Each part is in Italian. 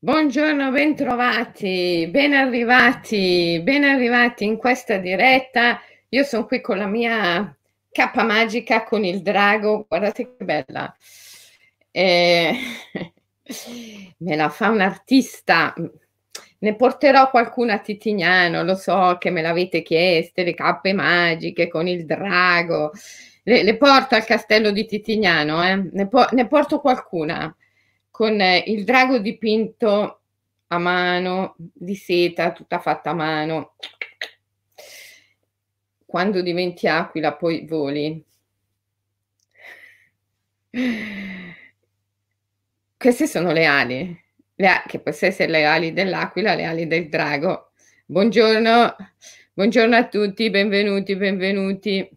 Buongiorno, ben arrivati in questa diretta. Io sono qui con la mia cappa magica con il drago, guardate che bella. Eh, Me la fa un artista. Ne porterò qualcuna a Titignano, lo so che me l'avete chieste, le cappe magiche con il drago. Le porto al castello di Titignano, ne porto qualcuna con il drago dipinto a mano, di seta, tutta fatta a mano. Quando diventi aquila poi voli. Queste sono le ali, che possono essere le ali dell'aquila, le ali del drago. Buongiorno, buongiorno a tutti, benvenuti, benvenuti.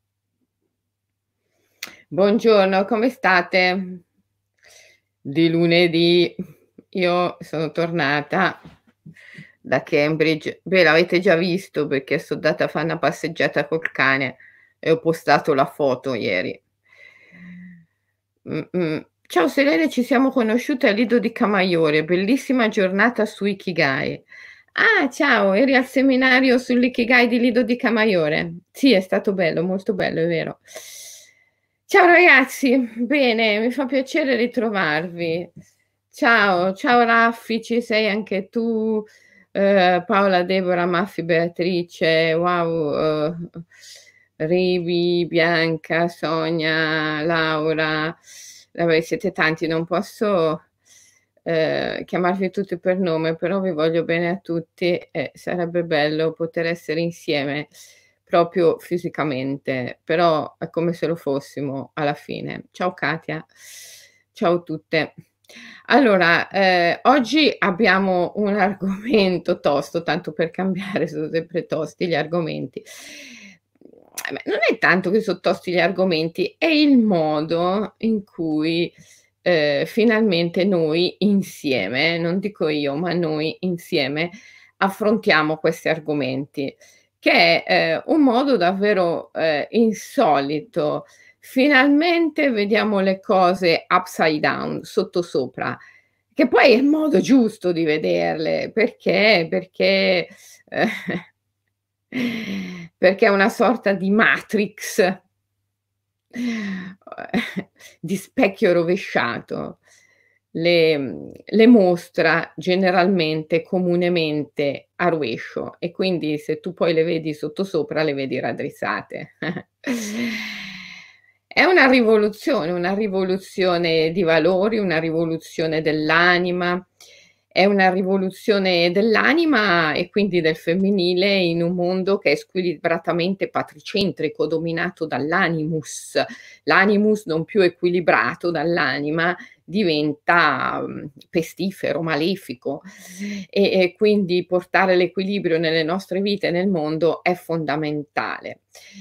Buongiorno, come state? Di lunedì. Io sono tornata da Cambridge. Beh, l'avete già visto perché sono andata a fare una passeggiata col cane e ho postato la foto ieri. Ciao Selene, ci siamo conosciute al Lido di Camaiore, bellissima giornata su Ikigai. Ah, ciao, eri al seminario sull'Ikigai di Lido di Camaiore? Sì, è stato bello, molto bello, è vero. Ciao ragazzi, bene, mi fa piacere ritrovarvi. Ciao, ciao Raffi, ci sei anche tu? Paola, Deborah, Maffi, Beatrice, wow, Rivi, Bianca, Sonia, Laura, vabbè, siete tanti, non posso chiamarvi tutti per nome, però vi voglio bene a tutti e sarebbe bello poter essere insieme proprio fisicamente, però è come se lo fossimo alla fine. Ciao Katia, ciao tutte. Allora, oggi abbiamo un argomento tosto, tanto per cambiare, sono sempre tosti gli argomenti. Beh, non è tanto che sono tosti gli argomenti, è il modo in cui finalmente noi insieme, non dico io, ma noi insieme affrontiamo questi argomenti, che è un modo davvero insolito. Finalmente vediamo le cose upside down, sottosopra, che poi è il modo giusto di vederle, ehm, perché è una sorta di matrix, di specchio rovesciato. Le mostra generalmente, comunemente a rovescio e quindi se tu poi le vedi sottosopra le vedi raddrizzate. È una rivoluzione di valori, una rivoluzione dell'anima, è una rivoluzione dell'anima e quindi del femminile in un mondo che è squilibratamente patricentrico, dominato dall'animus. L'animus non più equilibrato dall'anima diventa pestifero, malefico e quindi portare l'equilibrio nelle nostre vite e nel mondo è fondamentale.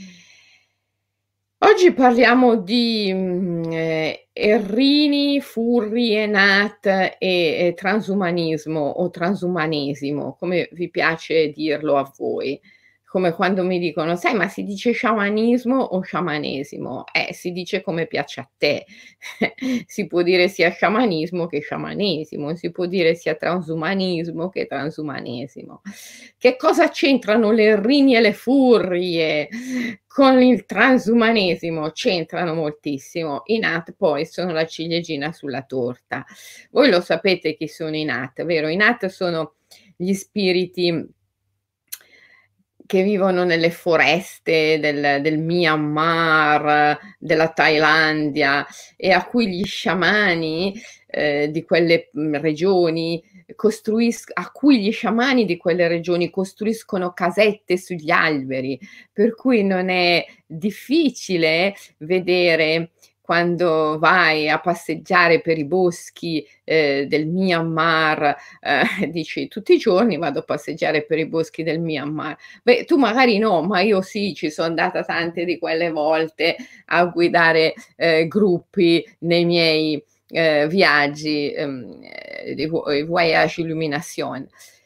Oggi parliamo di Errini, Furri, Enat e transumanismo o transumanesimo, come vi piace dirlo a voi. Come quando mi dicono: "Sai, ma si dice sciamanismo o sciamanesimo?" Si dice come piace a te. Si può dire sia sciamanismo che sciamanesimo, si può dire sia transumanismo che transumanesimo. Che cosa c'entrano le Errini e le Furrie con il transumanesimo? C'entrano moltissimo. I Nat poi sono la ciliegina sulla torta. Voi lo sapete chi sono i Nat, vero? I Nat sono gli spiriti che vivono nelle foreste del Myanmar, della Thailandia e a cui gli sciamani di quelle regioni a cui gli sciamani di quelle regioni costruiscono casette sugli alberi, per cui non è difficile vedere quando vai a passeggiare per i boschi del Myanmar, dici: "Tutti i giorni vado a passeggiare per i boschi del Myanmar". Beh, tu magari no, ma io sì, ci son andata tante di quelle volte a guidare gruppi nei miei viaggi, i voyage illumination.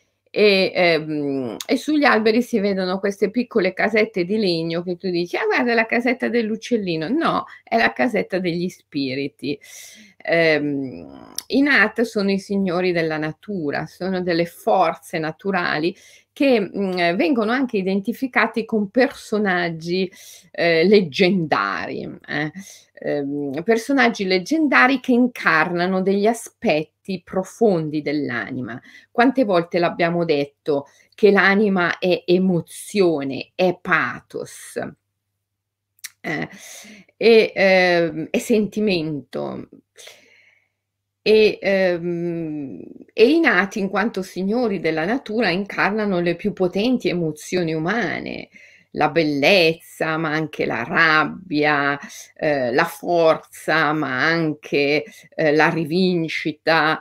E sugli alberi si vedono queste piccole casette di legno che tu dici: "Ah, guarda, è la casetta dell'uccellino". No, è la casetta degli spiriti. I Nat sono i signori della natura, sono delle forze naturali che, vengono anche identificati con personaggi, leggendari, personaggi leggendari che incarnano degli aspetti profondi dell'anima. Quante volte l'abbiamo detto che l'anima è emozione, è pathos, eh, è sentimento. E i nati, in quanto signori della natura, incarnano le più potenti emozioni umane, la bellezza, ma anche la rabbia, la forza, ma anche, la rivincita,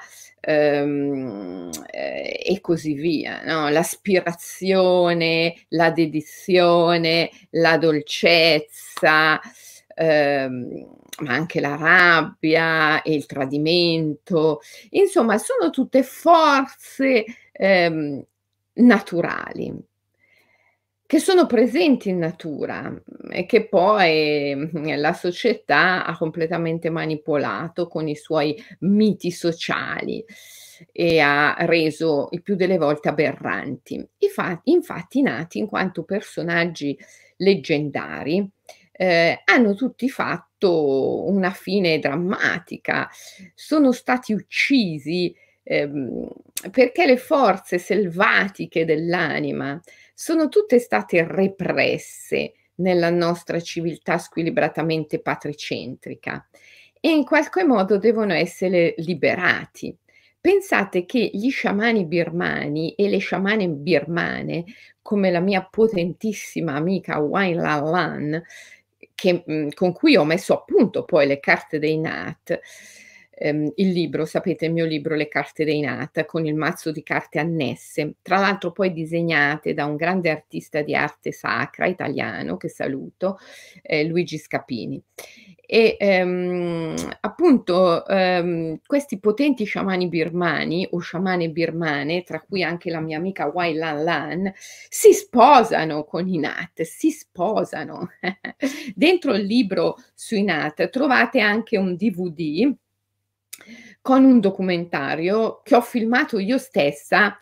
e così via, no, l'aspirazione, la dedizione, la dolcezza, ma anche la rabbia e il tradimento. Insomma, sono tutte forze, naturali, che sono presenti in natura, e che poi, la società ha completamente manipolato con i suoi miti sociali e ha reso il più delle volte aberranti. Infatti i nati, in quanto personaggi leggendari, hanno tutti fatto una fine drammatica. Sono stati uccisi, ehm, perché le forze selvatiche dell'anima sono tutte state represse nella nostra civiltà squilibratamente patricentrica e in qualche modo devono essere liberati. Pensate che gli sciamani birmani e le sciamane birmane, come la mia potentissima amica Wai Lan Lan, con cui ho messo a punto poi le carte dei Nat, il libro, sapete il mio libro Le carte dei Nat, con il mazzo di carte annesse, tra l'altro poi disegnate da un grande artista di arte sacra italiano, che saluto, Luigi Scapini. E, appunto, questi potenti sciamani birmani o sciamane birmane, tra cui anche la mia amica Wai Lan Lan, si sposano con i Nat, si sposano. Dentro il libro sui Nat trovate anche un DVD con un documentario che ho filmato io stessa,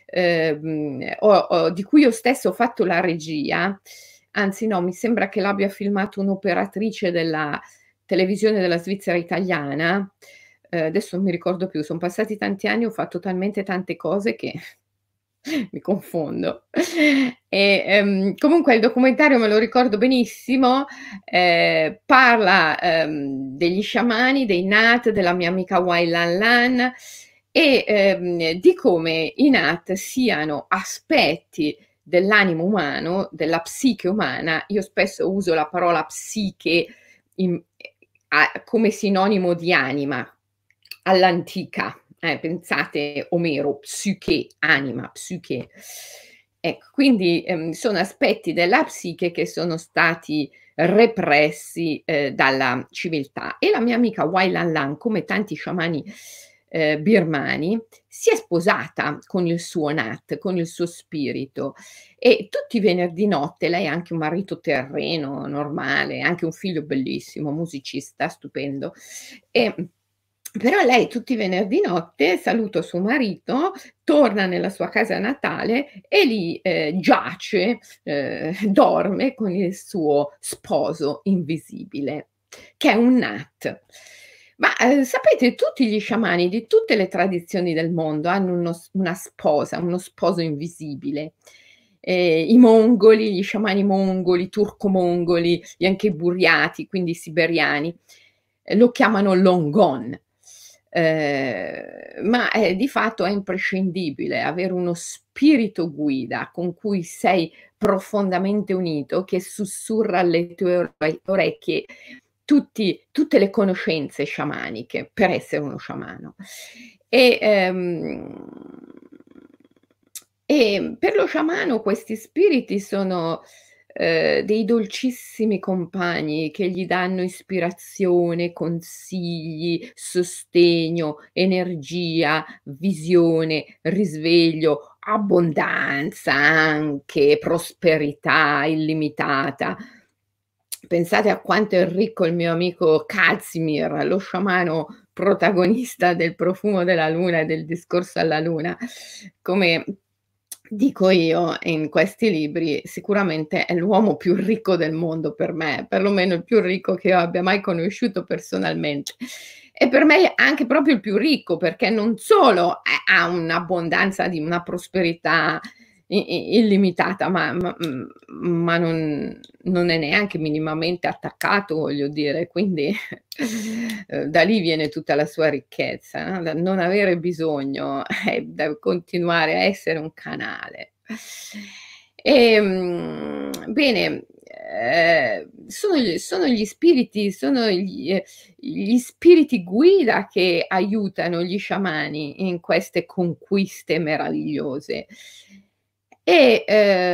di cui io stessa ho fatto la regia, anzi no, mi sembra che l'abbia filmato un'operatrice della televisione della Svizzera italiana, adesso non mi ricordo più, son passati tanti anni, ho fatto talmente tante cose che mi confondo. Comunque il documentario me lo ricordo benissimo, parla, degli sciamani, dei Nat, della mia amica Wai Lan Lan e, di come i Nat siano aspetti dell'animo umano, della psiche umana. Io spesso uso la parola psiche in come sinonimo di anima, all'antica. Pensate Omero, psiche, anima, psiche. Ecco, quindi, sono aspetti della psiche che sono stati repressi, dalla civiltà. E la mia amica Wai Lan Lan, come tanti sciamani, birmani, si è sposata con il suo Nat, con il suo spirito e tutti i venerdì notte lei ha anche un marito terreno, normale, anche un figlio bellissimo, musicista stupendo, e però lei tutti i venerdì notte saluta suo marito, torna nella sua casa natale e lì, giace, dorme con il suo sposo invisibile, che è un Nat. Ma, sapete tutti gli sciamani di tutte le tradizioni del mondo hanno una sposa, uno sposo invisibile. I mongoli, gli sciamani mongoli, turco-mongoli, e anche i buriati, quindi i siberiani, lo chiamano Longon. Ma, di fatto è imprescindibile avere uno spirito guida con cui sei profondamente unito, che sussurra alle tue orecchie tutte le conoscenze sciamaniche per essere uno sciamano. E, per lo sciamano questi spiriti sono, dei dolcissimi compagni che gli danno ispirazione, consigli, sostegno, energia, visione, risveglio, abbondanza anche, prosperità illimitata. Pensate a quanto è ricco il mio amico Kazimir, lo sciamano protagonista del profumo della luna e del discorso alla luna. Come dico io in questi libri, sicuramente è l'uomo più ricco del mondo per me, perlomeno il più ricco che io abbia mai conosciuto personalmente. E per me è anche proprio il più ricco, perché non solo ha un'abbondanza di una prosperità i illimitata, ma non è neanche minimamente attaccato, voglio dire, quindi da lì viene tutta la sua ricchezza, no, dal non avere bisogno, dal continuare a essere un canale. Bene, sono gli spiriti, sono gli spiriti guida che aiutano gli sciamani in queste conquiste meravigliose. E,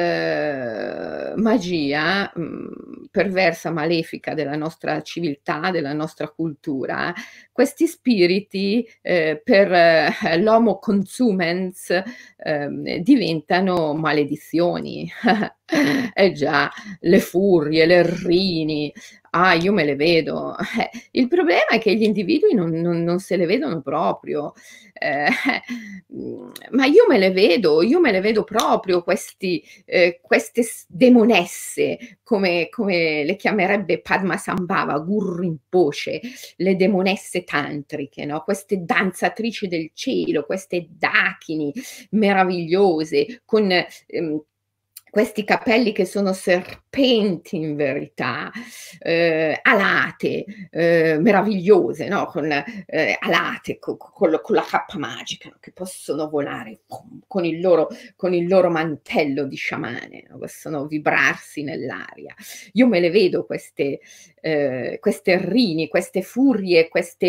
magia, perversa, malefica della nostra civiltà, della nostra cultura, questi spiriti, per l'homo consumens, diventano maledizioni. Eh già, le furie, l'Errini, ah, io me le vedo. Il problema è che gli individui non se le vedono proprio. Ehm, ma io me le vedo proprio queste demonesse, come le chiamerebbe Padmasambhava, Guru Rinpoche, le demonesse tantriche, no, queste danzatrici del cielo, queste dakini meravigliose con, questi capelli che sono serpenti in verità, alate, meravigliose, no, alate con la cappa magica, no, che possono volare con il loro mantello di sciamane, no, possono vibrarsi nell'aria. Io me le vedo queste Errini, queste furie,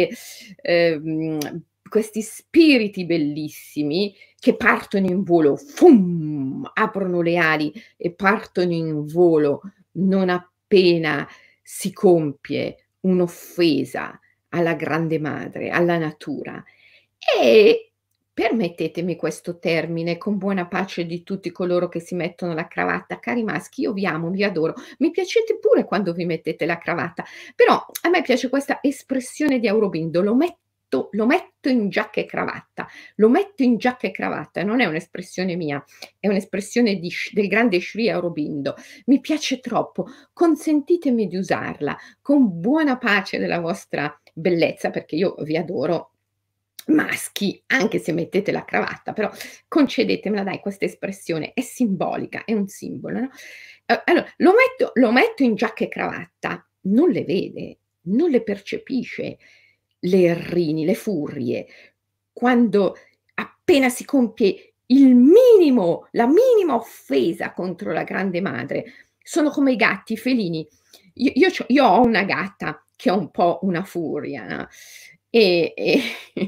questi spiriti bellissimi che partono in volo, fum, aprono le ali e partono in volo non appena si compie un'offesa alla grande madre, alla natura. E permettetemi questo termine, con buona pace di tutti coloro che si mettono la cravatta. Cari maschi, io vi amo, vi adoro, mi piacete pure quando vi mettete la cravatta, però a me piace questa espressione di Aurobindo: lo metto in giacca e cravatta, lo metto in giacca e cravatta, non è un'espressione mia, è un'espressione del grande Sri Aurobindo. Mi piace troppo, consentitemi di usarla con buona pace della vostra bellezza, perché io vi adoro maschi, anche se mettete la cravatta, però concedetemela dai questa espressione, è simbolica, è un simbolo, no, allora lo metto in giacca e cravatta, non le vede, non le percepisce le Errini, le furie, quando appena si compie la minima offesa contro la grande madre, sono come i gatti, i felini. Io ho una gatta che è un po' una furia, no, e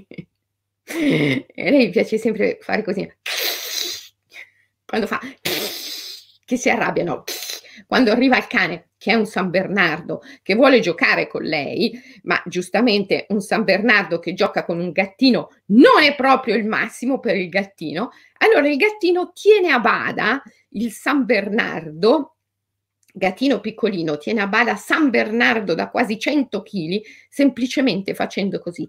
e a lei piace sempre fare così. Quando fa che si arrabbiano. Quando arriva il cane, che è un San Bernardo, che vuole giocare con lei, ma giustamente un San Bernardo che gioca con un gattino non è proprio il massimo per il gattino, allora il gattino tiene a bada il San Bernardo, gattino piccolino, tiene a bada San Bernardo da quasi 100 chili, semplicemente facendo così.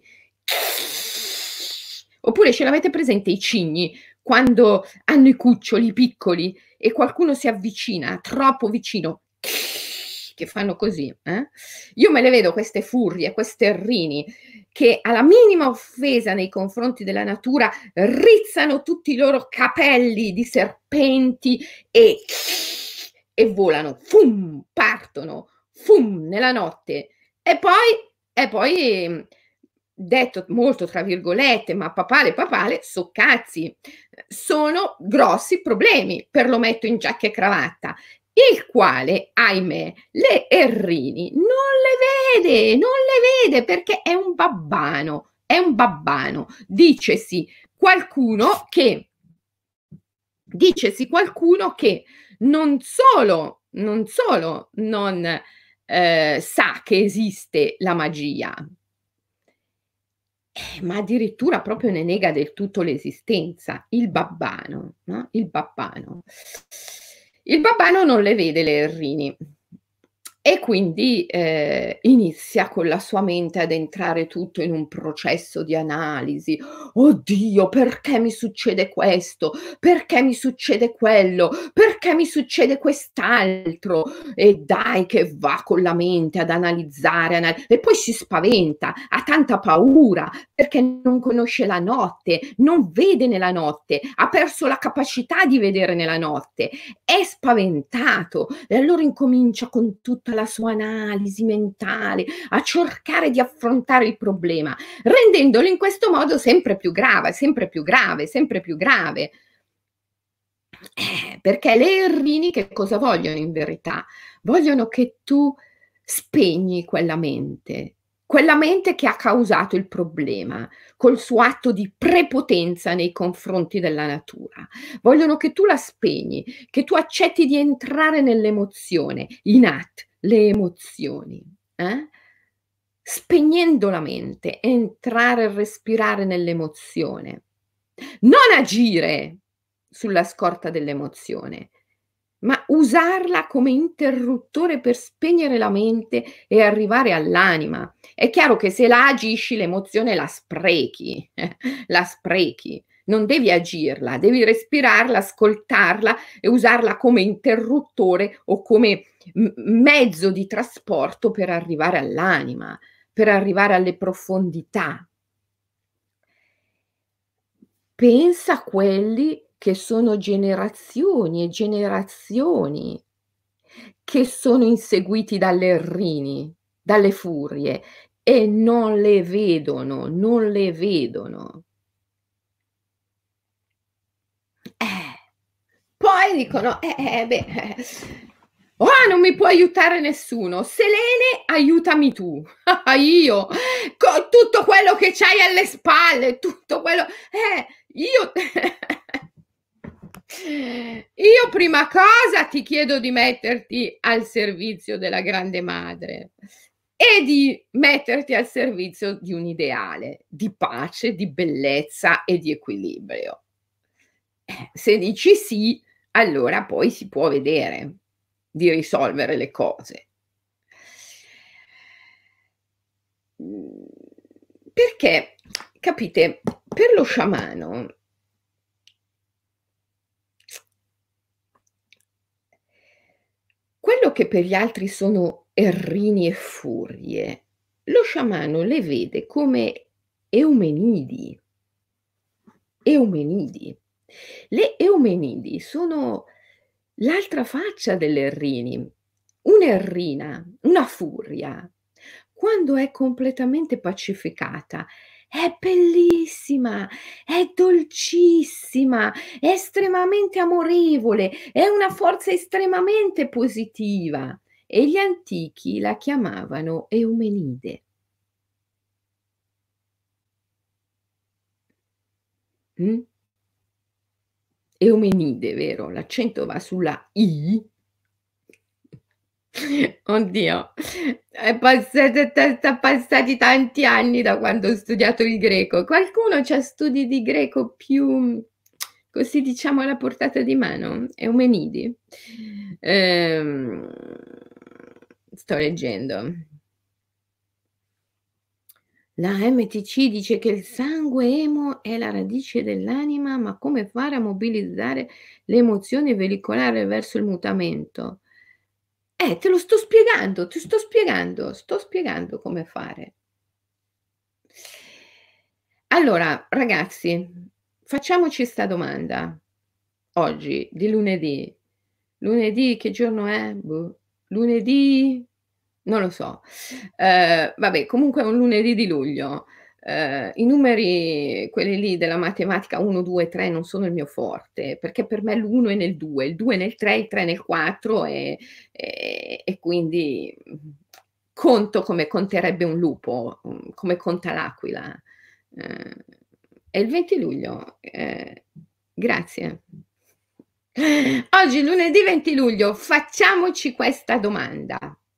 Oppure ce l'avete presente i cigni, quando hanno i cuccioli piccoli e qualcuno si avvicina troppo vicino, che fanno così, eh? Io me le vedo queste furie, queste Errini, che alla minima offesa nei confronti della natura rizzano tutti i loro capelli di serpenti e volano, fum, partono, fum, nella notte. E poi, detto molto tra virgolette, ma papale, so' cazzi. Sono grossi problemi per l'ometto in giacca e cravatta, il quale, ahimè, le Errini non le vede perché è un babbano, è un babbano. Dicesi qualcuno che non solo non, sa che esiste la magia, ma addirittura proprio ne nega del tutto l'esistenza, il babbano, no, il babbano. Il babbano non le vede le Errini E quindi, inizia con la sua mente ad entrare tutto in un processo di analisi. "Oddio, perché mi succede questo? Perché mi succede quello? Perché mi succede quest'altro?" E dai che va con la mente ad analizzare, e poi si spaventa, ha tanta paura perché non conosce la notte, non vede nella notte, ha perso la capacità di vedere nella notte, è spaventato e allora incomincia con tutta la sua analisi mentale a cercare di affrontare il problema, rendendolo in questo modo sempre più grave, sempre più grave, sempre più grave. Perché le Errini che cosa vogliono in verità? Vogliono che tu spegni quella mente che ha causato il problema, col suo atto di prepotenza nei confronti della natura. Vogliono che tu la spegni, che tu accetti di entrare nell'emozione, Inat, le emozioni, eh? Spegnendo la mente, entrare e respirare nell'emozione. Non agire sulla scorta dell'emozione, ma usarla come interruttore per spegnere la mente e arrivare all'anima. È chiaro che se la agisci l'emozione la sprechi, la sprechi. Non devi agirla, devi respirarla, ascoltarla e usarla come interruttore o come mezzo di trasporto per arrivare all'anima, per arrivare alle profondità. Pensa a quelli che sono generazioni e generazioni che sono inseguiti dalle Errini, dalle furie e non le vedono, non le vedono. Poi dicono: beh, "Ah, non mi può aiutare nessuno. Selene, aiutami tu." Io, con tutto quello che c'hai alle spalle, tutto quello io io prima cosa ti chiedo di metterti al servizio della grande madre e di metterti al servizio di un ideale di pace, di bellezza e di equilibrio. Se dici sì, allora poi si può vedere di risolvere le cose. Mhmm, perché capite, per lo sciamano quello che per gli altri sono errini e furie, lo sciamano le vede come eumenidi. Eumenidi. Le eumenidi sono l'altra faccia delle Errini. Un'Errina, una furia, quando è completamente pacificata, è bellissima, è dolcissima, è estremamente amorevole, è una forza estremamente positiva e gli antichi la chiamavano Eumenide. Mh? Eumenide, vero? L'accento va sulla I. Oddio, è passati tanti anni da quando ho studiato il greco. Qualcuno c'ha studi di greco più, così diciamo alla portata di mano? Eumenidi? Ehm, sto leggendo. La MTC dice che il sangue emo è la radice dell'anima, ma come fare a mobilizzare le emozioni e veicolare verso il mutamento? Te lo sto spiegando, ti sto spiegando come fare. Allora, ragazzi, facciamoci 'sta domanda oggi di lunedì. Lunedì che giorno è? Boh. Lunedì non lo so. Vabbè, comunque è un lunedì di luglio. I numeri, quelli lì della matematica 1, 2, 3 non sono il mio forte, perché per me l'1 è nel 2, il 2 nel 3, il 3 nel 4 e quindi, conto come conterebbe un lupo, come conta l'aquila. Ehm, è il 20 luglio. Grazie. Oggi lunedì 20 luglio, facciamoci questa domanda: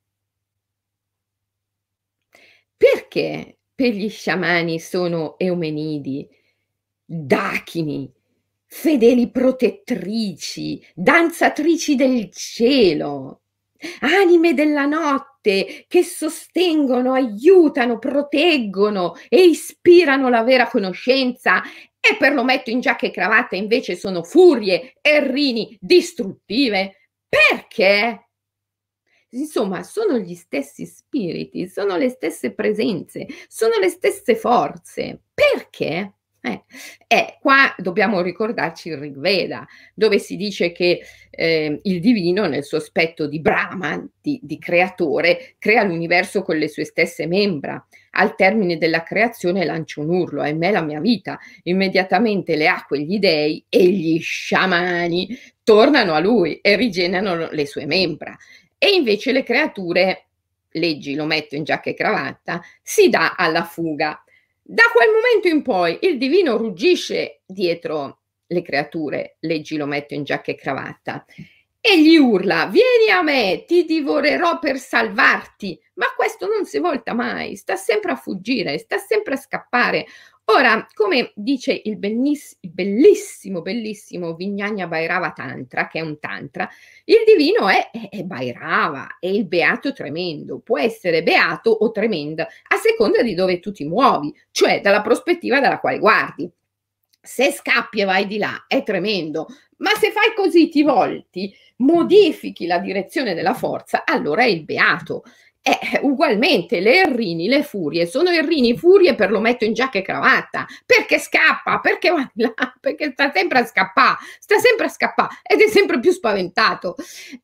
perché per gli sciamani sono eumenidi, dachini, fedeli protettrici, danzatrici del cielo? Anime della notte che sostengono, aiutano, proteggono e ispirano la vera conoscenza e per l'ometto in giacca e cravatta invece sono furie, errini, distruttive. Perché? Insomma, sono gli stessi spiriti, sono le stesse presenze, sono le stesse forze. Perché? Qua dobbiamo ricordarci il Rig Veda, dove si dice che, il divino nel suo aspetto di Brahman, di creatore, crea l'universo con le sue stesse membra. Al termine della creazione lancia un urlo: "Ahimè la mia vita". Immediatamente le acque, gli dei e gli sciamani tornano a lui e rigenerano le sue membra. E invece le creature, leggi lo metto in giacca e cravatta, si dà alla fuga. Da quel momento in poi il divino ruggisce dietro le creature, leggi lo metto in giacca e cravatta, e gli urla: "Vieni a me, ti divorerò per salvarti". Ma questo non si volta mai, sta sempre a fuggire, sta sempre a scappare. Ora, come dice il bellissimo, bellissimo Vijnana Bhairava Tantra, che è un tantra, il divino è Bhairava, è il beato tremendo, può essere beato o tremendo a seconda di dove tu ti muovi, cioè dalla prospettiva dalla quale guardi. Se scappi e vai di là è tremendo, ma se fai così, ti volti, modifichi la direzione della forza, allora è il beato. Ugualmente le Errini, le furie, sono Errini, furie per lo metto in giacca e cravatta, perché scappa, perché va di là, perché sta sempre a scappà, sta sempre a scappà ed è sempre più spaventato.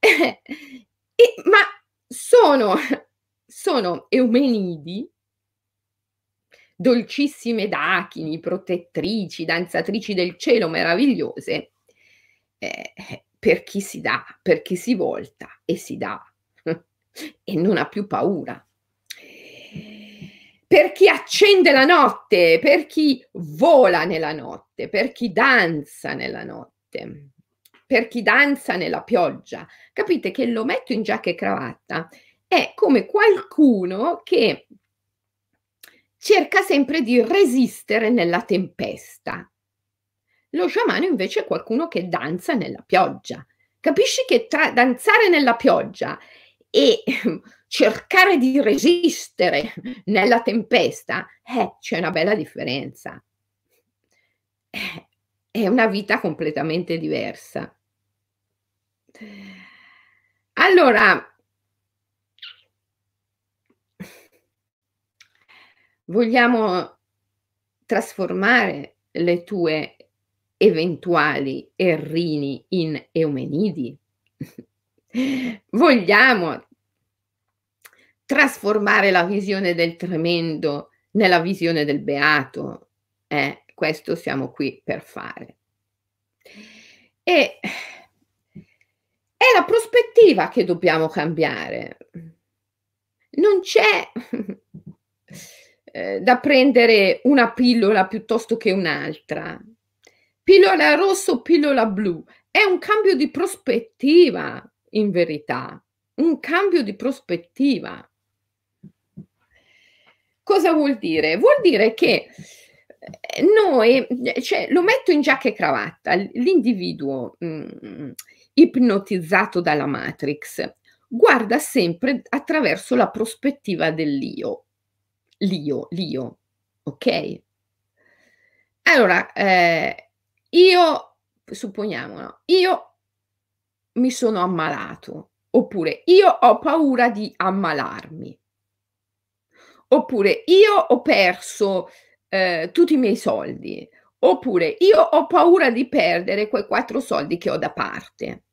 Ma sono sono eumenidi, dolcissime dachini, protettrici, danzatrici del cielo meravigliose, per chi si dà, per chi si volta e si dà e non ha più paura. Per chi accende la notte, per chi vola nella notte, per chi danza nella notte, per chi danza nella pioggia. Capite che lo metto in giacca e cravatta è come qualcuno che cerca sempre di resistere nella tempesta. Lo sciamano invece è qualcuno che danza nella pioggia. Capisci che tra danzare nella pioggia e cercare di resistere nella tempesta, c'è una bella differenza. È una vita completamente diversa. Allora vogliamo trasformare le tue eventuali errini in eumenidi? Vogliamo trasformare la visione del tremendo nella visione del beato? Questo siamo qui per fare. E è la prospettiva che dobbiamo cambiare. Non c'è, da prendere una pillola piuttosto che un'altra. Pillola rossa o pillola blu. È un cambio di prospettiva, in verità. Un cambio di prospettiva. Cosa vuol dire? Vuol dire che, noi cioè lo metto in giacca e cravatta, l'individuo, ipnotizzato dalla Matrix, guarda sempre attraverso la prospettiva dell'io. L'io, okay? Allora, io supponiamo, no, io mi sono ammalato, oppure io ho paura di ammalarmi. Oppure io ho perso, tutti i miei soldi, oppure io ho paura di perdere quei 4 soldi che ho da parte.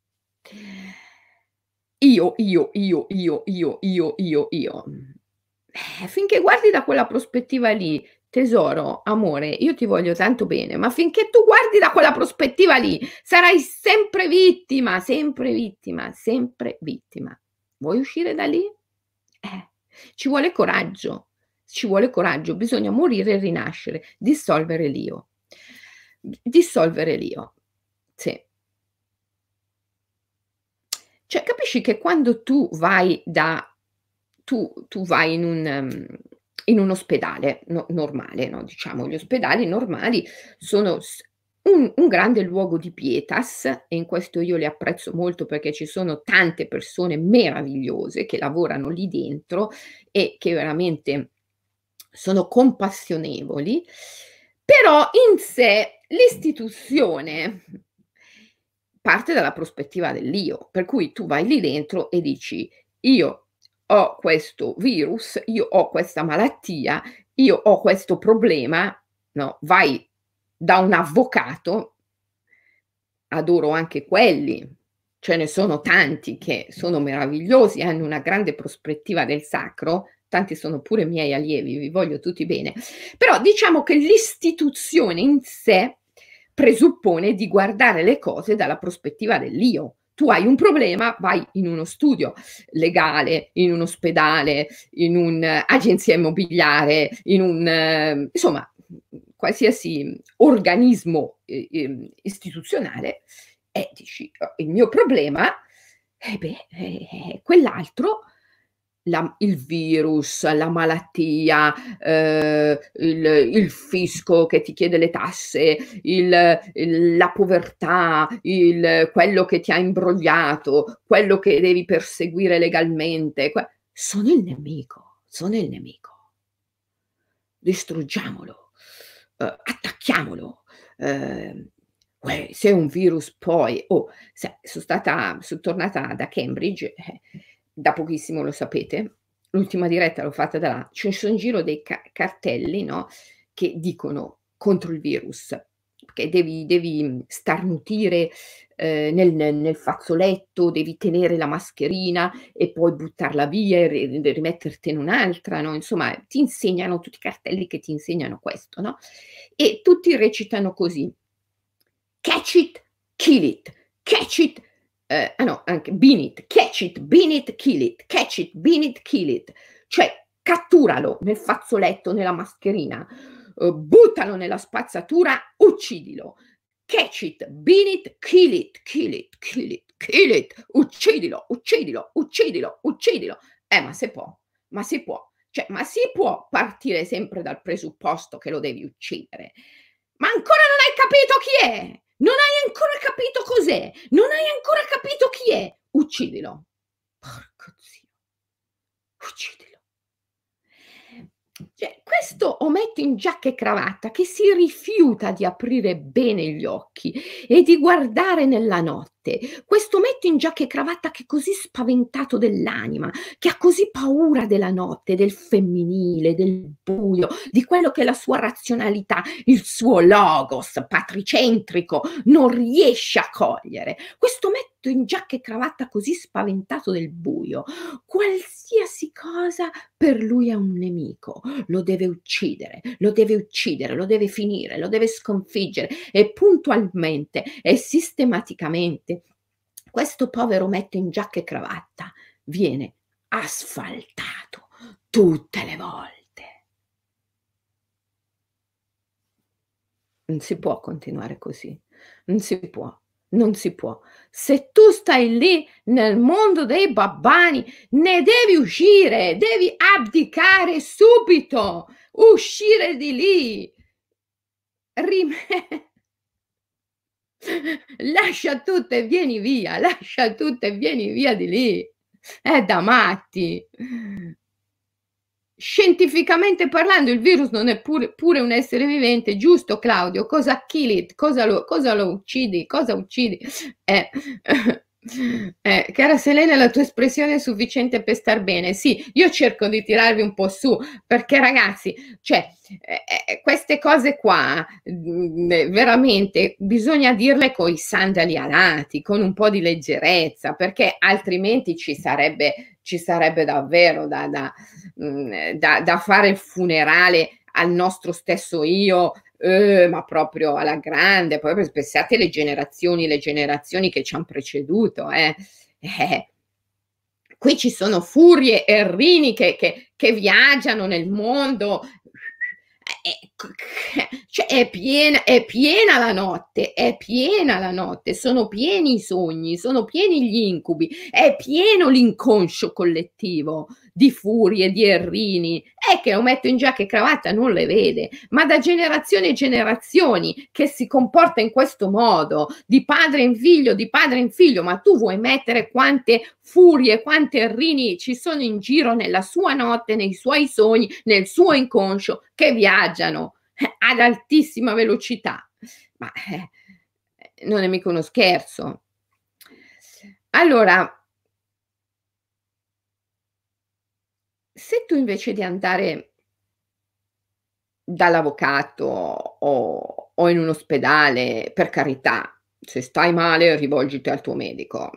Io. Finché guardi da quella prospettiva lì, tesoro, amore, io ti voglio tanto bene, ma finché tu guardi da quella prospettiva lì, sarai sempre vittima, sempre vittima, sempre vittima. Vuoi uscire da lì? Ci vuole coraggio, ci vuole coraggio, bisogna morire e rinascere, dissolvere l'io. Dissolvere l'io, sì. Cioè capisci che quando tu vai in un ospedale normale, no, diciamo gli ospedali normali sono un grande luogo di pietas, e in questo io li apprezzo molto perché ci sono tante persone meravigliose che lavorano lì dentro e che veramente sono compassionevoli, però in sé l'istituzione parte dalla prospettiva dell'io, per cui tu vai lì dentro e dici: "Io ho questo virus, io ho questa malattia, io ho questo problema", no, vai da un avvocato, adoro anche quelli, ce ne sono tanti che sono meravigliosi, hanno una grande prospettiva del sacro, tanti sono pure miei allievi, vi voglio tutti bene, però diciamo che l'istituzione in sé presuppone di guardare le cose dalla prospettiva dell'io. Tu hai un problema, vai in uno studio legale, in un ospedale, in un'agenzia immobiliare, in un insomma, qualsiasi organismo, istituzionale, e dici: "Il mio problema, eh beh, è quell'altro, il virus, la malattia, il fisco che ti chiede le tasse, la povertà, quello che ti ha imbrogliato, quello che devi perseguire legalmente, sono il nemico, sono il nemico. Distruggiamolo, attacchiamolo. Ehm, se è un virus poi son tornata da Cambridge, da pochissimo, lo sapete, l'ultima diretta l'ho fatta da là, ci sono in giro dei cartelli, no, che dicono contro il virus, che devi starnutire, nel fazzoletto, devi tenere la mascherina e poi buttarla via e rimettertene un'altra, no, insomma ti insegnano tutti i cartelli che ti insegnano questo, no, e tutti recitano così: "Catch it, kill it, catch it", ah no, anche "bean it, catch it, bean it, kill it, catch it, bean it, kill it". Cioè catturalo nel fazzoletto, nella mascherina, buttalo nella spazzatura, uccidilo. Catch it, bean it, kill it, kill it, kill it, kill it, uccidilo, uccidilo, uccidilo, uccidilo. Ma se può, ma si può, cioè ma si può partire sempre dal presupposto che lo devi uccidere? Ma ancora non hai capito chi è! Non hai ancora capito cos'è! Non hai ancora capito chi è! Uccidilo. Porco zio, uccidilo. Cioè, questo ometto in giacca e cravatta che si rifiuta di aprire bene gli occhi e di guardare nella notte, questo ometto in giacca e cravatta che è così spaventato dell'anima, che ha così paura della notte, del femminile, del buio, di quello che la sua razionalità, il suo logos patricentrico non riesce a cogliere. Questo ometto in giacca e cravatta così spaventato del buio, qualsiasi cosa per lui è un nemico, lo deve uccidere, lo deve uccidere, lo deve finire, lo deve sconfiggere, e puntualmente e sistematicamente questo povero ometto in giacca e cravatta viene asfaltato tutte le volte. Non si può continuare così, non si può, non si può. Se tu stai lì nel mondo dei babbani, ne devi uscire, devi abdicare subito, uscire di lì. Rime Lascia tutto e vieni via, lascia tutto e vieni via di lì. È da matti. Scientificamente parlando il virus non è pure un essere vivente, giusto Claudio? Cosa kill it? Cosa lo uccidi? Cosa uccidi? Eh. Cara Selene, la tua espressione è sufficiente per star bene. Sì, io cerco di tirarvi un po' su, perché ragazzi, cioè, queste cose qua, veramente bisogna dirle coi sandali alati, con un po' di leggerezza, perché altrimenti ci sarebbe davvero da fare il funerale al nostro stesso io, ma proprio alla grande. Poi pensate le generazioni che ci han preceduto, qui ci sono furie e errini che viaggiano nel mondo, cioè è piena la notte, sono pieni i sogni, sono pieni gli incubi, è pieno l'inconscio collettivo di furie, di errini, è che ometto in giacca e cravatta non le vede, ma da generazioni e generazioni che si comporta in questo modo, di padre in figlio, di padre in figlio, ma tu vuoi mettere quante furie, quanti errini ci sono in giro nella sua notte, nei suoi sogni, nel suo inconscio, che viaggiano ad altissima velocità. Ma, non è mica uno scherzo. Allora, se tu invece di andare dall'avvocato o in un ospedale, per carità, se stai male rivolgiti al tuo medico.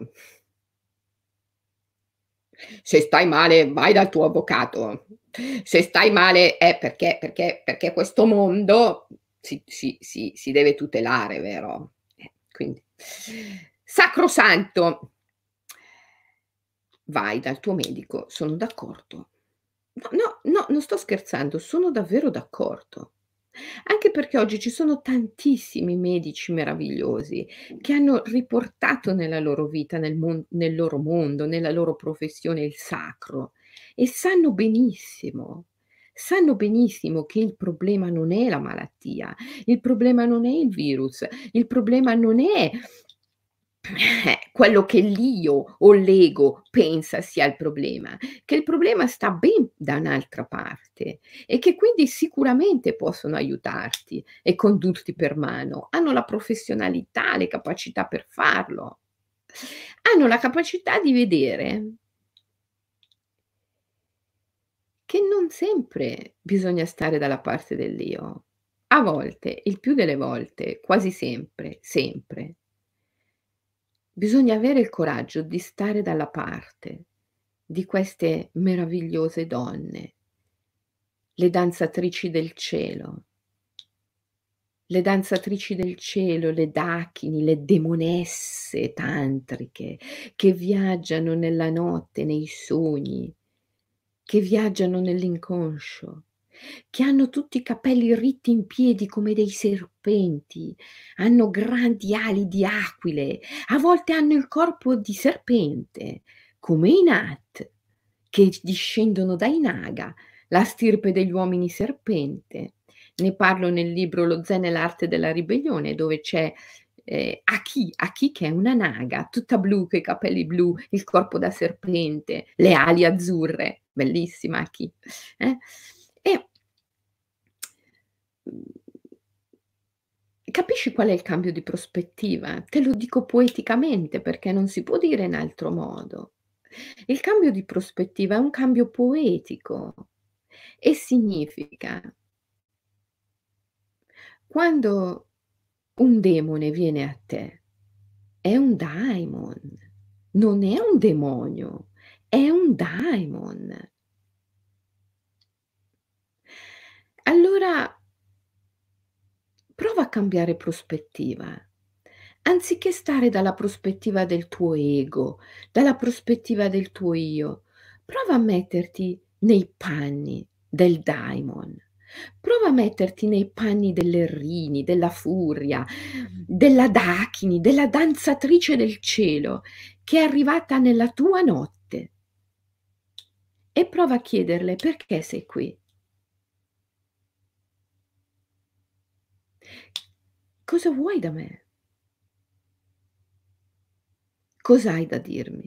Se stai male vai dal tuo avvocato. Se stai male è perché questo mondo si deve tutelare, vero? Quindi sacrosanto. Vai dal tuo medico, sono d'accordo. No, no, no, non sto scherzando, sono davvero d'accordo. Anche perché oggi ci sono tantissimi medici meravigliosi che hanno riportato nella loro vita, nel loro mondo, nella loro professione il sacro e sanno benissimo che il problema non è la malattia, il problema non è il virus, il problema non è quello che l'io o l'ego pensa sia il problema, che il problema sta ben da un'altra parte e che quindi sicuramente possono aiutarti e condurti per mano. Hanno la professionalità, le capacità per farlo. Hanno la capacità di vedere che non sempre bisogna stare dalla parte dell'io. A volte, il più delle volte, quasi sempre, sempre, bisogna avere il coraggio di stare dalla parte di queste meravigliose donne, le danzatrici del cielo, le danzatrici del cielo, le Dakini, le demonesse tantriche che viaggiano nella notte, nei sogni, che viaggiano nell'inconscio, che hanno tutti i capelli ritti in piedi come dei serpenti, hanno grandi ali di aquile, a volte hanno il corpo di serpente, come i Nat, che discendono dai Naga, la stirpe degli uomini serpente. Ne parlo nel libro Lo zen e l'arte della ribellione, dove c'è, Aki che è una naga, tutta blu, coi capelli blu, il corpo da serpente, le ali azzurre, bellissima Aki, eh. E, mhmm, capisci qual è il cambio di prospettiva? Te lo dico poeticamente perché non si può dire in altro modo. Il cambio di prospettiva è un cambio poetico e significa quando un demone viene a te, è un daimon, non è un demonio, è un daimon. Allora prova a cambiare prospettiva. Anziché stare dalla prospettiva del tuo ego, dalla prospettiva del tuo io, prova a metterti nei panni del daimon. Prova a metterti nei panni dell'Errini, della Furia, della Dakini, della danzatrice del cielo che è arrivata nella tua notte e prova a chiederle: "Perché sei qui? Cosa vuoi da me? Cos'hai da dirmi?"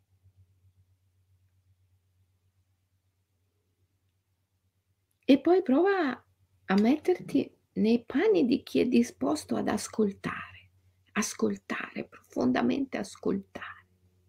E poi prova a metterti nei panni di chi è disposto ad ascoltare, ascoltare, profondamente ascoltare.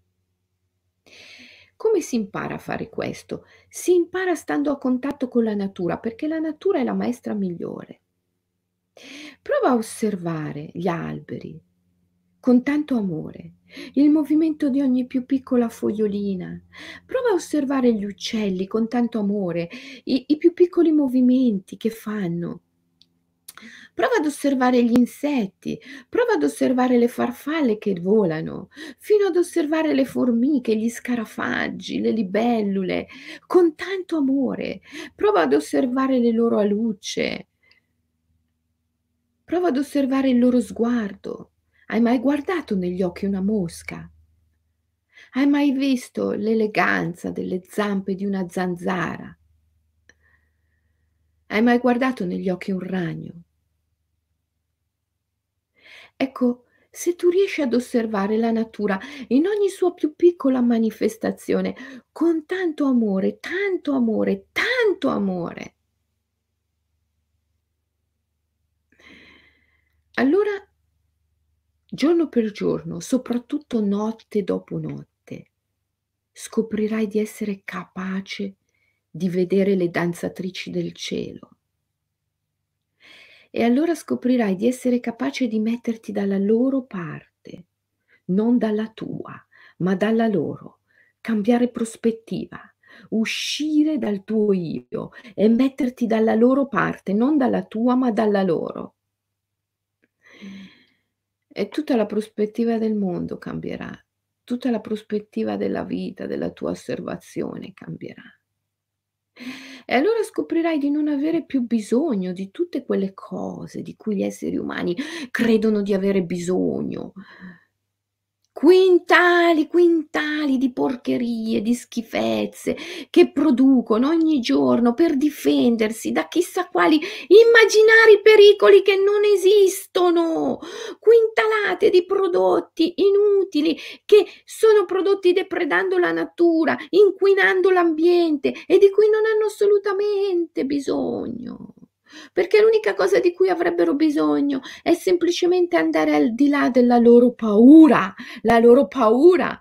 Come si impara a fare questo? Si impara stando a contatto con la natura, perché la natura è la maestra migliore. Prova a osservare gli alberi con tanto amore, il movimento di ogni più piccola fogliolina. Prova a osservare gli uccelli con tanto amore, i più piccoli movimenti che fanno. Prova ad osservare gli insetti, prova ad osservare le farfalle che volano, fino ad osservare le formiche, gli scarafaggi, le libellule, con tanto amore. Prova ad osservare le loro alucce. Prova ad osservare il loro sguardo. Hai mai guardato negli occhi una mosca? Hai mai visto l'eleganza delle zampe di una zanzara? Hai mai guardato negli occhi un ragno? Ecco, se tu riesci ad osservare la natura in ogni sua più piccola manifestazione, con tanto amore, tanto amore, allora giorno per giorno, soprattutto notte dopo notte, scoprirai di essere capace di vedere le danzatrici del cielo. E allora scoprirai di essere capace di metterti dalla loro parte, non dalla tua, ma dalla loro. Cambiare prospettiva, uscire dal tuo io e metterti dalla loro parte, non dalla tua, ma dalla loro. E tutta la prospettiva del mondo cambierà, tutta la prospettiva della vita, della tua osservazione cambierà. E allora scoprirai di non avere più bisogno di tutte quelle cose di cui gli esseri umani credono di avere bisogno. Quintali, quintali di porcherie, di schifezze che producono ogni giorno per difendersi da chissà quali immaginari pericoli che non esistono. Quintalate di prodotti inutili che sono prodotti depredando la natura, inquinando l'ambiente e di cui non hanno assolutamente bisogno. Perché l'unica cosa di cui avrebbero bisogno è semplicemente andare al di là della loro paura, la loro paura.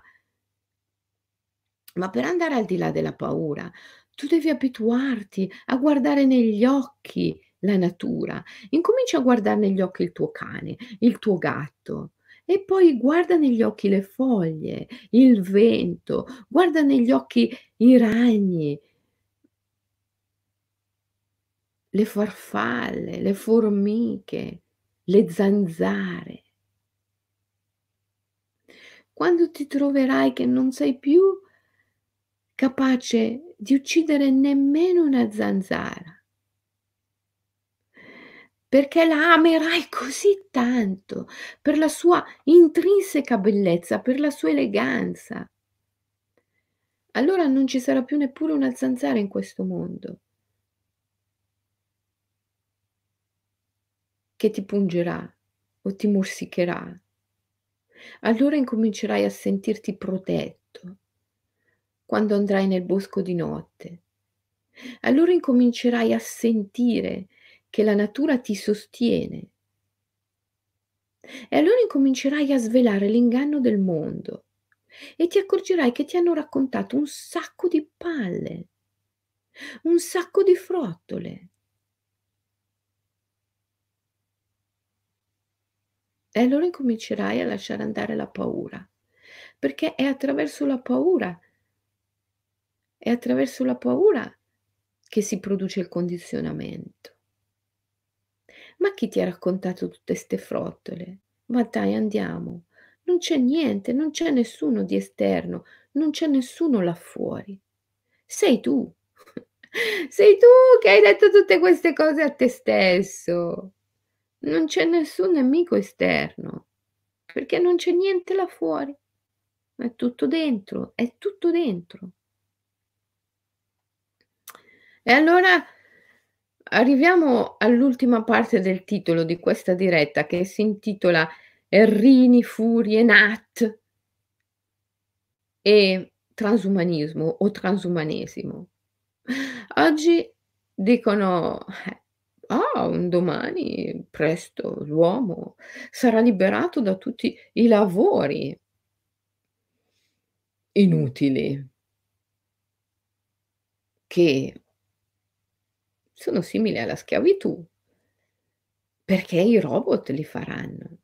Ma per andare al di là della paura, tu devi abituarti a guardare negli occhi la natura. Incomincia a guardare negli occhi il tuo cane, il tuo gatto e poi guarda negli occhi le foglie, il vento, guarda negli occhi i ragni, le farfalle, le formiche, le zanzare. Quando ti troverai che non sei più capace di uccidere nemmeno una zanzara, perché la amerai così tanto per la sua intrinseca bellezza, per la sua eleganza, allora non ci sarà più neppure una zanzara in questo mondo che ti pungerà o ti morsicherà. Allora incomincerai a sentirti protetto quando andrai nel bosco di notte. Allora incomincerai a sentire che la natura ti sostiene e allora incomincerai a svelare l'inganno del mondo e ti accorgerai che ti hanno raccontato un sacco di palle, un sacco di frottole. E allora incomincerai a lasciare andare la paura, perché è attraverso la paura che si produce il condizionamento. Ma chi ti ha raccontato tutte 'ste frottole? Ma dai andiamo. Non c'è niente, non c'è nessuno di esterno, non c'è nessuno là fuori. Sei tu. Sei tu che hai detto tutte queste cose a te stesso. Non c'è nessun nemico esterno, perché non c'è niente là fuori. È tutto dentro, è tutto dentro. E allora arriviamo all'ultima parte del titolo di questa diretta che si intitola Errini, furie, Nat e transumanismo o transumanesimo. Oggi dicono: un domani presto l'uomo sarà liberato da tutti i lavori inutili che sono simili alla schiavitù, perché i robot li faranno."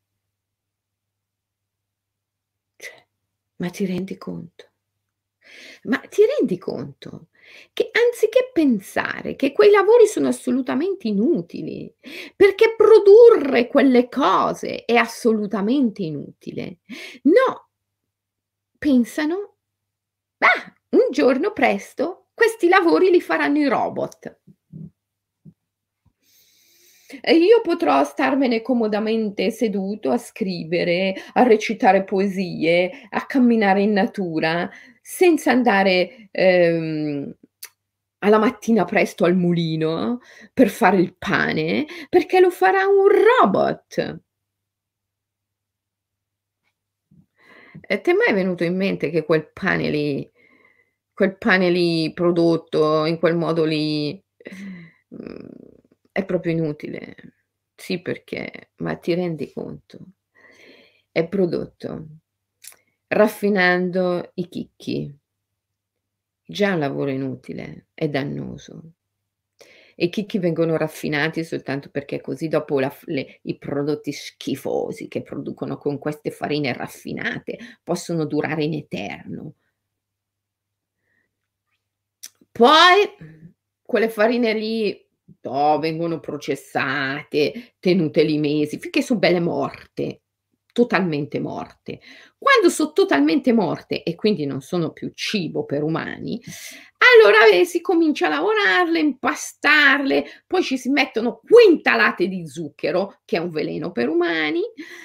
Cioè, ma ti rendi conto? Ma ti rendi conto che anziché pensare che quei lavori sono assolutamente inutili, perché produrre quelle cose è assolutamente inutile, no, pensano: "Ah, un giorno presto questi lavori li faranno i robot." E io potrò starmene comodamente seduto a scrivere, a recitare poesie, a camminare in natura, senza andare, alla mattina presto al mulino per fare il pane, perché lo farà un robot. E t'è mai venuto in mente che quel pane lì prodotto in quel modo lì, mhmm, è proprio inutile? Sì, perché ma ti rendi conto? È prodotto raffinando i chicchi. Già un lavoro inutile e dannoso. E i chicchi vengono raffinati soltanto perché così dopo la f le i prodotti schifosi che producono con queste farine raffinate possono durare in eterno. Poi quelle farine lì, vengono processate, tenute lì mesi, finché son belle morte, totalmente morte. Quando so' totalmente morte e quindi non sono più cibo per umani, allora si comincia a lavorarle, impastarle, poi ci si mettono quintalate di zucchero, che è un veleno per umani,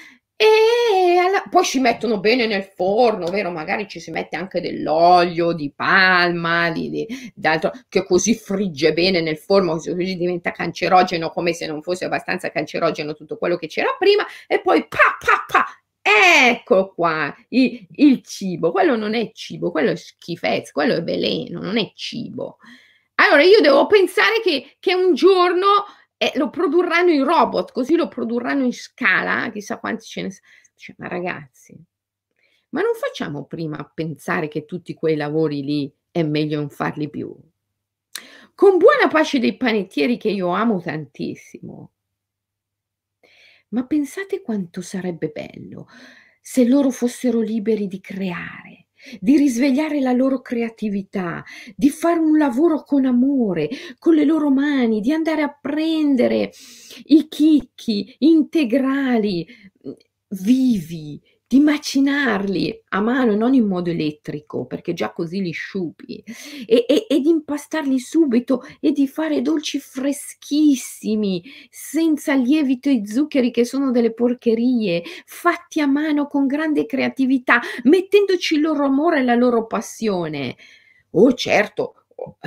e alla poi ci mettono bene nel forno, vero, magari ci si mette anche dell'olio di palma, di d'altro che così frigge bene nel forno, così diventa cancerogeno, come se non fosse abbastanza cancerogeno tutto quello che c'era prima, e poi pa, pa, pa, ecco qua il cibo. Quello non è cibo, quello è schifezza, quello è veleno, non è cibo. Allora io devo pensare che un giorno, lo produrranno i robot, così lo produrranno in scala, chissà quanti ce ne cioè, ma ragazzi, ma non facciamo prima a pensare che tutti quei lavori lì è meglio non farli più? Con buona pace dei panettieri che io amo tantissimo, ma pensate quanto sarebbe bello se loro fossero liberi di creare, di risvegliare la loro creatività, di fare un lavoro con amore, con le loro mani, di andare a prendere i chicchi integrali, vivi, di macinarli a mano e non in modo elettrico, perché già così li sciupi, e di impastarli subito e di fare dolci freschissimi, senza lievito e zuccheri che sono delle porcherie, fatti a mano con grande creatività, mettendoci il loro amore e la loro passione. Oh certo,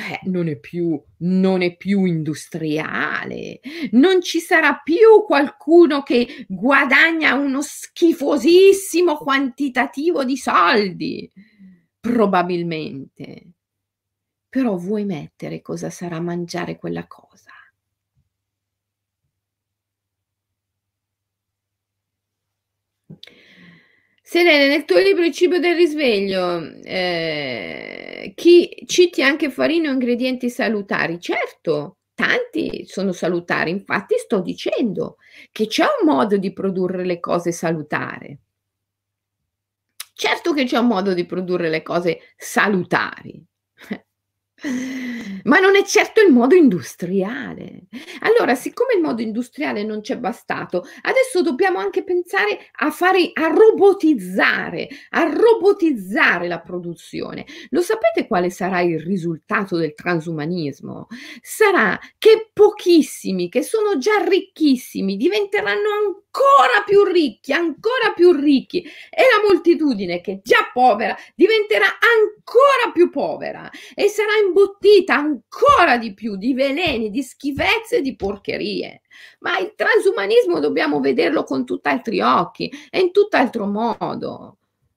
non è più industriale, non ci sarà più qualcuno che guadagna uno schifosissimo quantitativo di soldi, probabilmente. Però vuoi mettere cosa sarà mangiare quella cosa? Selene, nel tuo libro "Il cibo del risveglio", chi citi anche farine o ingredienti salutari. Certo, tanti sono salutari, infatti sto dicendo che c'è un modo di produrre le cose salutare. Certo che c'è un modo di produrre le cose salutari. Ma non è certo il modo industriale. Allora, siccome il modo industriale non c'è bastato, adesso dobbiamo anche pensare a robotizzare la produzione. Lo sapete quale sarà il risultato del transumanismo? Sarà che pochissimi, che sono già ricchissimi, diventeranno ancora più ricchi e la moltitudine che è già povera diventerà ancora più povera e sarà imbottita ancora di più di veleni, di schifezze e di porcherie. Ma il transumanismo dobbiamo vederlo con tutt'altri occhi e in tutt'altro modo.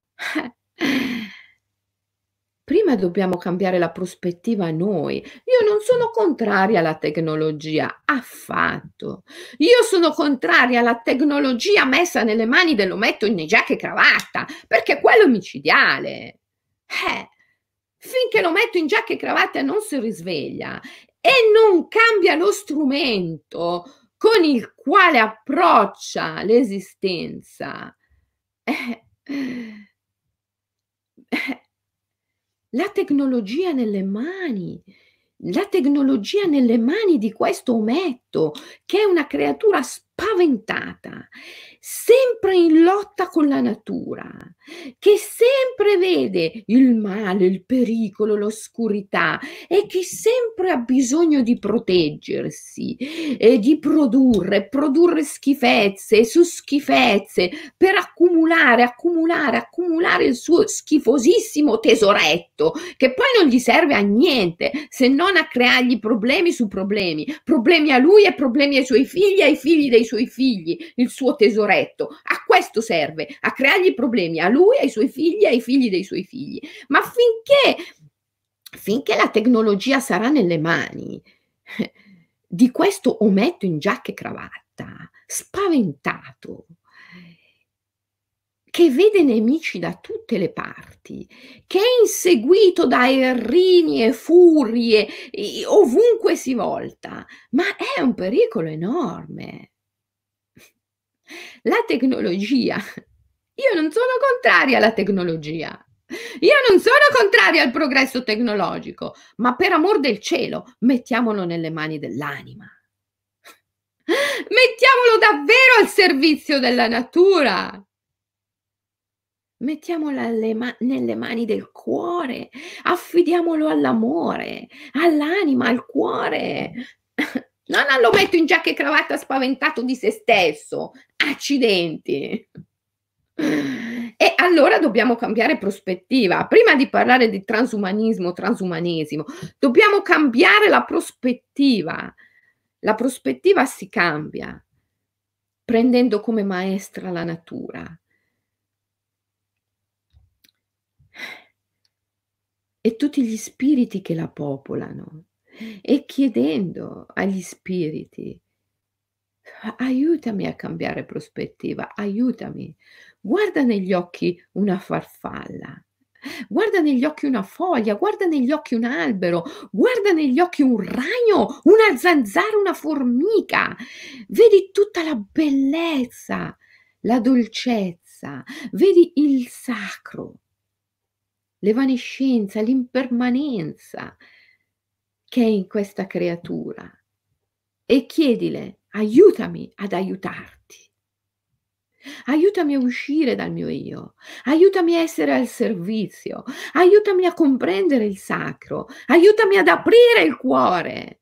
Prima dobbiamo cambiare la prospettiva noi. Io non sono contraria alla tecnologia, affatto. Io sono contraria alla tecnologia messa nelle mani dell'ometto in giacca e cravatta, perché quello è micidiale. Eh, finché l'ometto in giacca e cravatta non si risveglia e non cambia lo strumento con il quale approccia l'esistenza, eh, eh la tecnologia nelle mani, la tecnologia nelle mani di questo ometto, che è una creatura spaventata. sempre in lotta con la natura, che sempre vede il male, il pericolo, l'oscurità e che sempre ha bisogno di proteggersi e di produrre schifezze su schifezze per accumulare, accumulare, accumulare il suo schifosissimo tesoretto, che poi non gli serve a niente se non a creargli problemi su problemi, problemi a lui e problemi ai suoi figli e ai figli dei suoi figli, il suo tesoretto. A questo serve, a creargli problemi a lui, ai suoi figli e ai figli dei suoi figli. Ma finché la tecnologia sarà nelle mani di questo ometto in giacca e cravatta, spaventato, che vede nemici da tutte le parti, che è inseguito da errini e furie ovunque si volta, ma è un pericolo enorme. La tecnologia, io non sono contraria alla tecnologia, io non sono contraria al progresso tecnologico, ma per amor del cielo, mettiamolo nelle mani dell'anima. Mettiamolo davvero al servizio della natura. Mettiamolo nelle mani del cuore, affidiamolo all'amore, all'anima, al cuore. No, non lo metto in giacca e cravatta spaventato di se stesso. Accidenti. E allora dobbiamo cambiare prospettiva. Prima di parlare di transumanismo, transumanesimo, dobbiamo cambiare la prospettiva. La prospettiva si cambia prendendo come maestra la natura. E tutti gli spiriti che la popolano e chiedendo agli spiriti: Aiutami a cambiare prospettiva, aiutami. Guarda negli occhi una farfalla, guarda negli occhi una foglia, guarda negli occhi un albero, guarda negli occhi un ragno, una zanzara, una formica. Vedi tutta la bellezza, la dolcezza, vedi il sacro, l'evanescenza, l'impermanenza che è in questa creatura e chiedile: aiutami ad aiutarti. Aiutami a uscire dal mio io, aiutami a essere al servizio, aiutami a comprendere il sacro, aiutami ad aprire il cuore.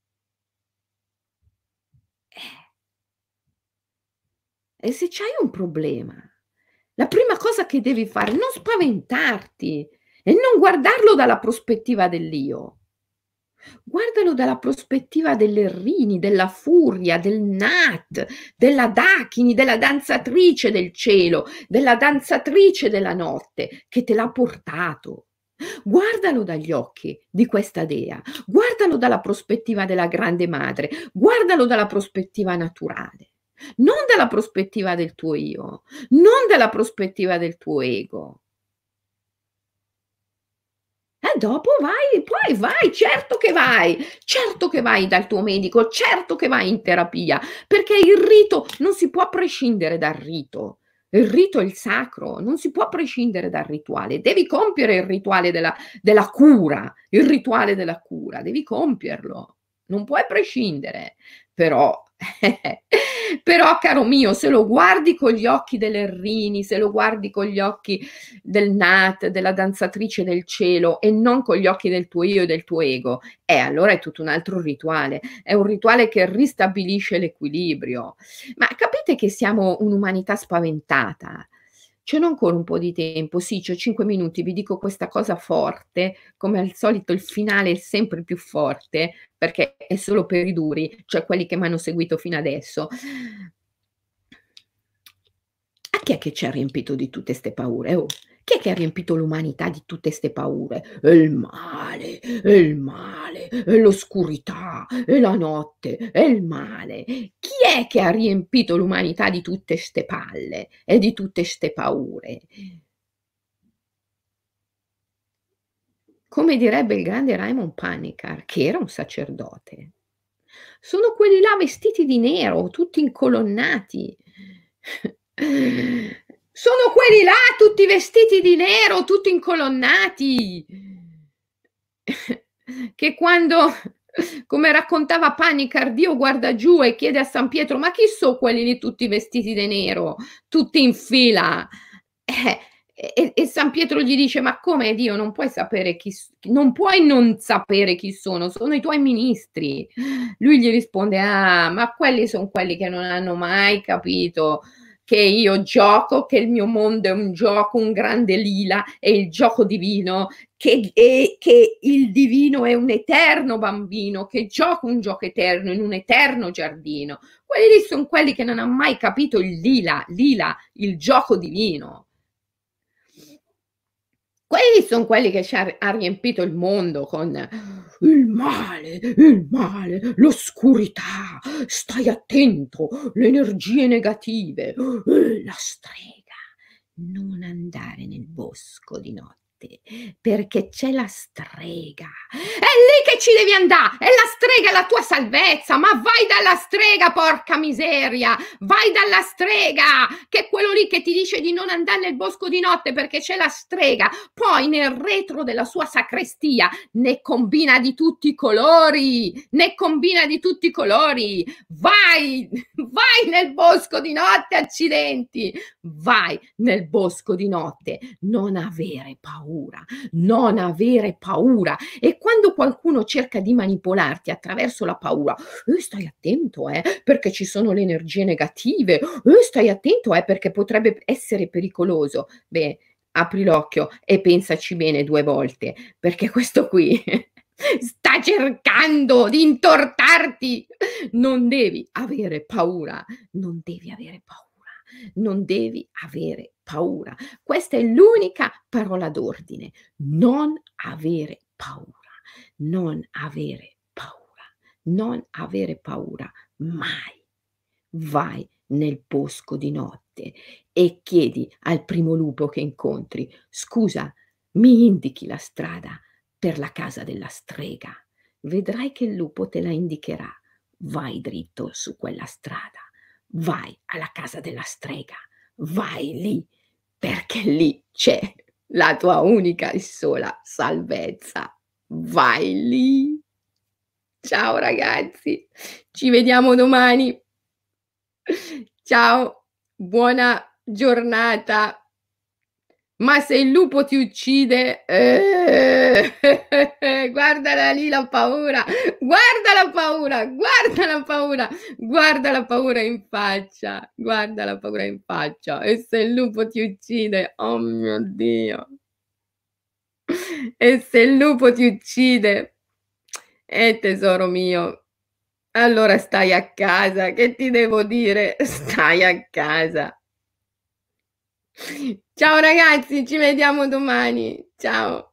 E se c'hai un problema, la prima cosa che devi fare è non spaventarti e non guardarlo dalla prospettiva dell'io. Guardalo dalla prospettiva dell'Errini, della Furia, del Nat, della Dakini, della danzatrice del cielo, della danzatrice della notte che te l'ha portato. Guardalo dagli occhi di questa dea, guardalo dalla prospettiva della grande madre, guardalo dalla prospettiva naturale, non dalla prospettiva del tuo io, non dalla prospettiva del tuo ego. E dopo poi vai, certo che vai dal tuo medico, certo che vai in terapia, perché il rito non si può prescindere dal rito. Il rito è il sacro, non si può prescindere dal rituale. Devi compiere il rituale della cura, il rituale della cura, devi compierlo, non puoi prescindere. Però però caro mio, se lo guardi con gli occhi dell'Errini, se lo guardi con gli occhi del Nat, della danzatrice del cielo e non con gli occhi del tuo io e del tuo ego, allora è tutto un altro rituale, è un rituale che ristabilisce l'equilibrio. Ma capite che siamo un'umanità spaventata? Ce n'ho ancora un po' di tempo, sì, c'ho 5 minuti, vi dico questa cosa forte, come al solito il finale è sempre più forte, perché è solo per i duri, cioè quelli che m'hanno seguito fino adesso. A chi è che ci ha riempito di tutte 'ste paure, oh? Chi è che ha riempito l'umanità di tutte 'ste paure? È il male, è l'oscurità, è la notte, è il male. Chi è che ha riempito l'umanità di tutte 'ste palle e di tutte 'ste paure? Come direbbe il grande Raimund Panikkar, che era un sacerdote. Sono quelli là vestiti di nero, tutti incolonnati. Sono quelli là tutti vestiti di nero, tutti incolonnati, che quando Come raccontava Panikkar: Dio guarda giù e chiede a San Pietro: "Ma chi so quelli lì tutti vestiti de nero, tutti in fila?" E San Pietro gli dice: "Ma come Dio non puoi sapere non puoi non sapere chi sono i tuoi ministri." Lui gli risponde: "Ah, ma quelli son quelli che non hanno mai capito che io gioco, che il mio mondo è un gioco, un grande lila, è il gioco divino, che il divino è un eterno bambino, che gioca un gioco eterno in un eterno giardino." Quelli lì son quelli che non han mai capito il lila, il gioco divino. Quelli son quelli che ci ha riempito il mondo con il male, l'oscurità, stai attento, le energie negative, la strega. Non andare nel bosco di notte, perché c'è la strega. È lì che ci devi andà, è la strega è la tua salvezza, ma vai dalla strega, porca miseria, vai dalla strega, che è quello lì che ti dice di non andare nel bosco di notte perché c'è la strega. Poi nel retro della sua sacrestia ne combina di tutti i colori, ne combina di tutti i colori. Vai, vai nel bosco di notte, accidenti, vai nel bosco di notte, non avere paura, non avere paura. E quando qualcuno cerca di manipolarti attraverso la paura, stai attento, perché ci sono le energie negative, stai attento, perché potrebbe essere pericoloso." Beh, apri l'occhio e pensaci bene 2 volte, perché questo qui sta cercando di intortarti. Non devi avere paura, non devi avere paura, non devi avere paura. Questa è l'unica parola d'ordine: non avere paura, non avere paura, non avere paura mai. Vai nel bosco di notte e chiedi al primo lupo che incontri: "Scusa, mi indichi la strada per la casa della strega?" Vedrai che il lupo te la indicherà. Vai dritto su quella strada, vai alla casa della strega, vai lì, perché lì c'è la tua unica e sola salvezza. Vai lì. Ciao ragazzi, ci vediamo domani. Ciao, buona giornata. Ma se il lupo ti uccide, guardala lì la paura, guarda la paura, guarda la paura, guarda la paura in faccia, guarda la paura in faccia. E se il lupo ti uccide, oh mio Dio. E se il lupo ti uccide, tesoro mio, allora stai a casa, che ti devo dire? Stai a casa. Ciao ragazzi, ci vediamo domani. Ciao.